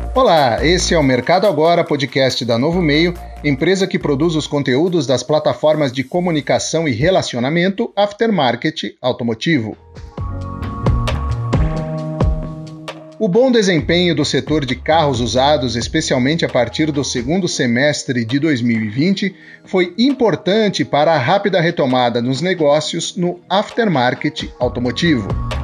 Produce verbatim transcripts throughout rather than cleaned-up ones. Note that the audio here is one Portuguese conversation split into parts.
Olá, esse é o Mercado Agora, podcast da Novo Meio, empresa que produz os conteúdos das plataformas de comunicação e relacionamento Aftermarket Automotivo. O bom desempenho do setor de carros usados, especialmente a partir do segundo semestre de dois mil e vinte, foi importante para a rápida retomada nos negócios no Aftermarket Automotivo.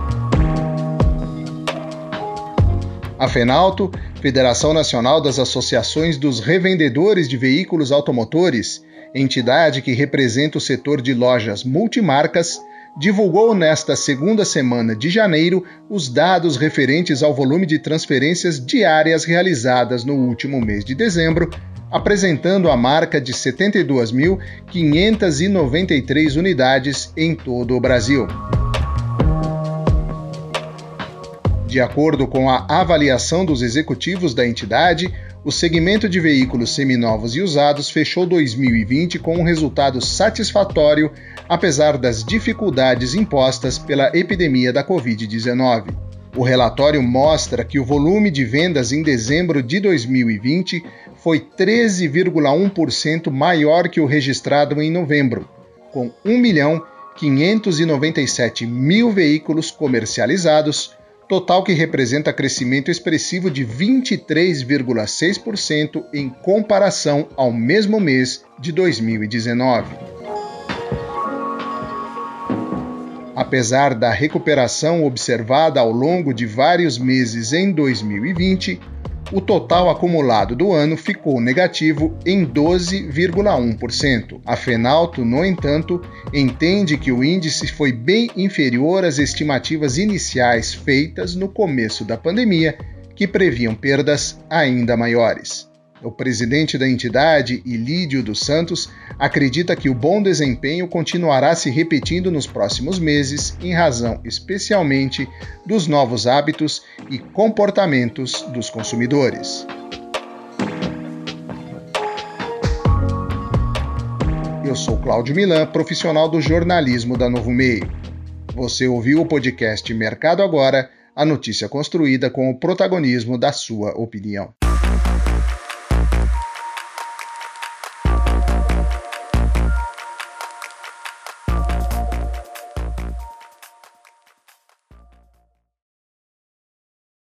A Fenauto, Federação Nacional das Associações dos Revendedores de Veículos Automotores, entidade que representa o setor de lojas multimarcas, divulgou nesta segunda semana de janeiro os dados referentes ao volume de transferências diárias realizadas no último mês de dezembro, apresentando a marca de setenta e duas mil quinhentas e noventa e três unidades em todo o Brasil. De acordo com a avaliação dos executivos da entidade, o segmento de veículos seminovos e usados fechou dois mil e vinte com um resultado satisfatório, apesar das dificuldades impostas pela epidemia da covid dezenove. O relatório mostra que o volume de vendas em dezembro de dois mil e vinte foi treze vírgula um por cento maior que o registrado em novembro, com um milhão quinhentos e noventa e sete mil veículos comercializados, total que representa crescimento expressivo de vinte e três vírgula seis por cento em comparação ao mesmo mês de dois mil e dezenove. Apesar da recuperação observada ao longo de vários meses em dois mil e vinte, o total acumulado do ano ficou negativo em doze vírgula um por cento. A Fenauto, no entanto, entende que o índice foi bem inferior às estimativas iniciais feitas no começo da pandemia, que previam perdas ainda maiores. O presidente da entidade, Ilídio dos Santos, acredita que o bom desempenho continuará se repetindo nos próximos meses, em razão especialmente dos novos hábitos e comportamentos dos consumidores. Eu sou Cláudio Milan, profissional do jornalismo da Novo Meio. Você ouviu o podcast Mercado Agora, a notícia construída com o protagonismo da sua opinião.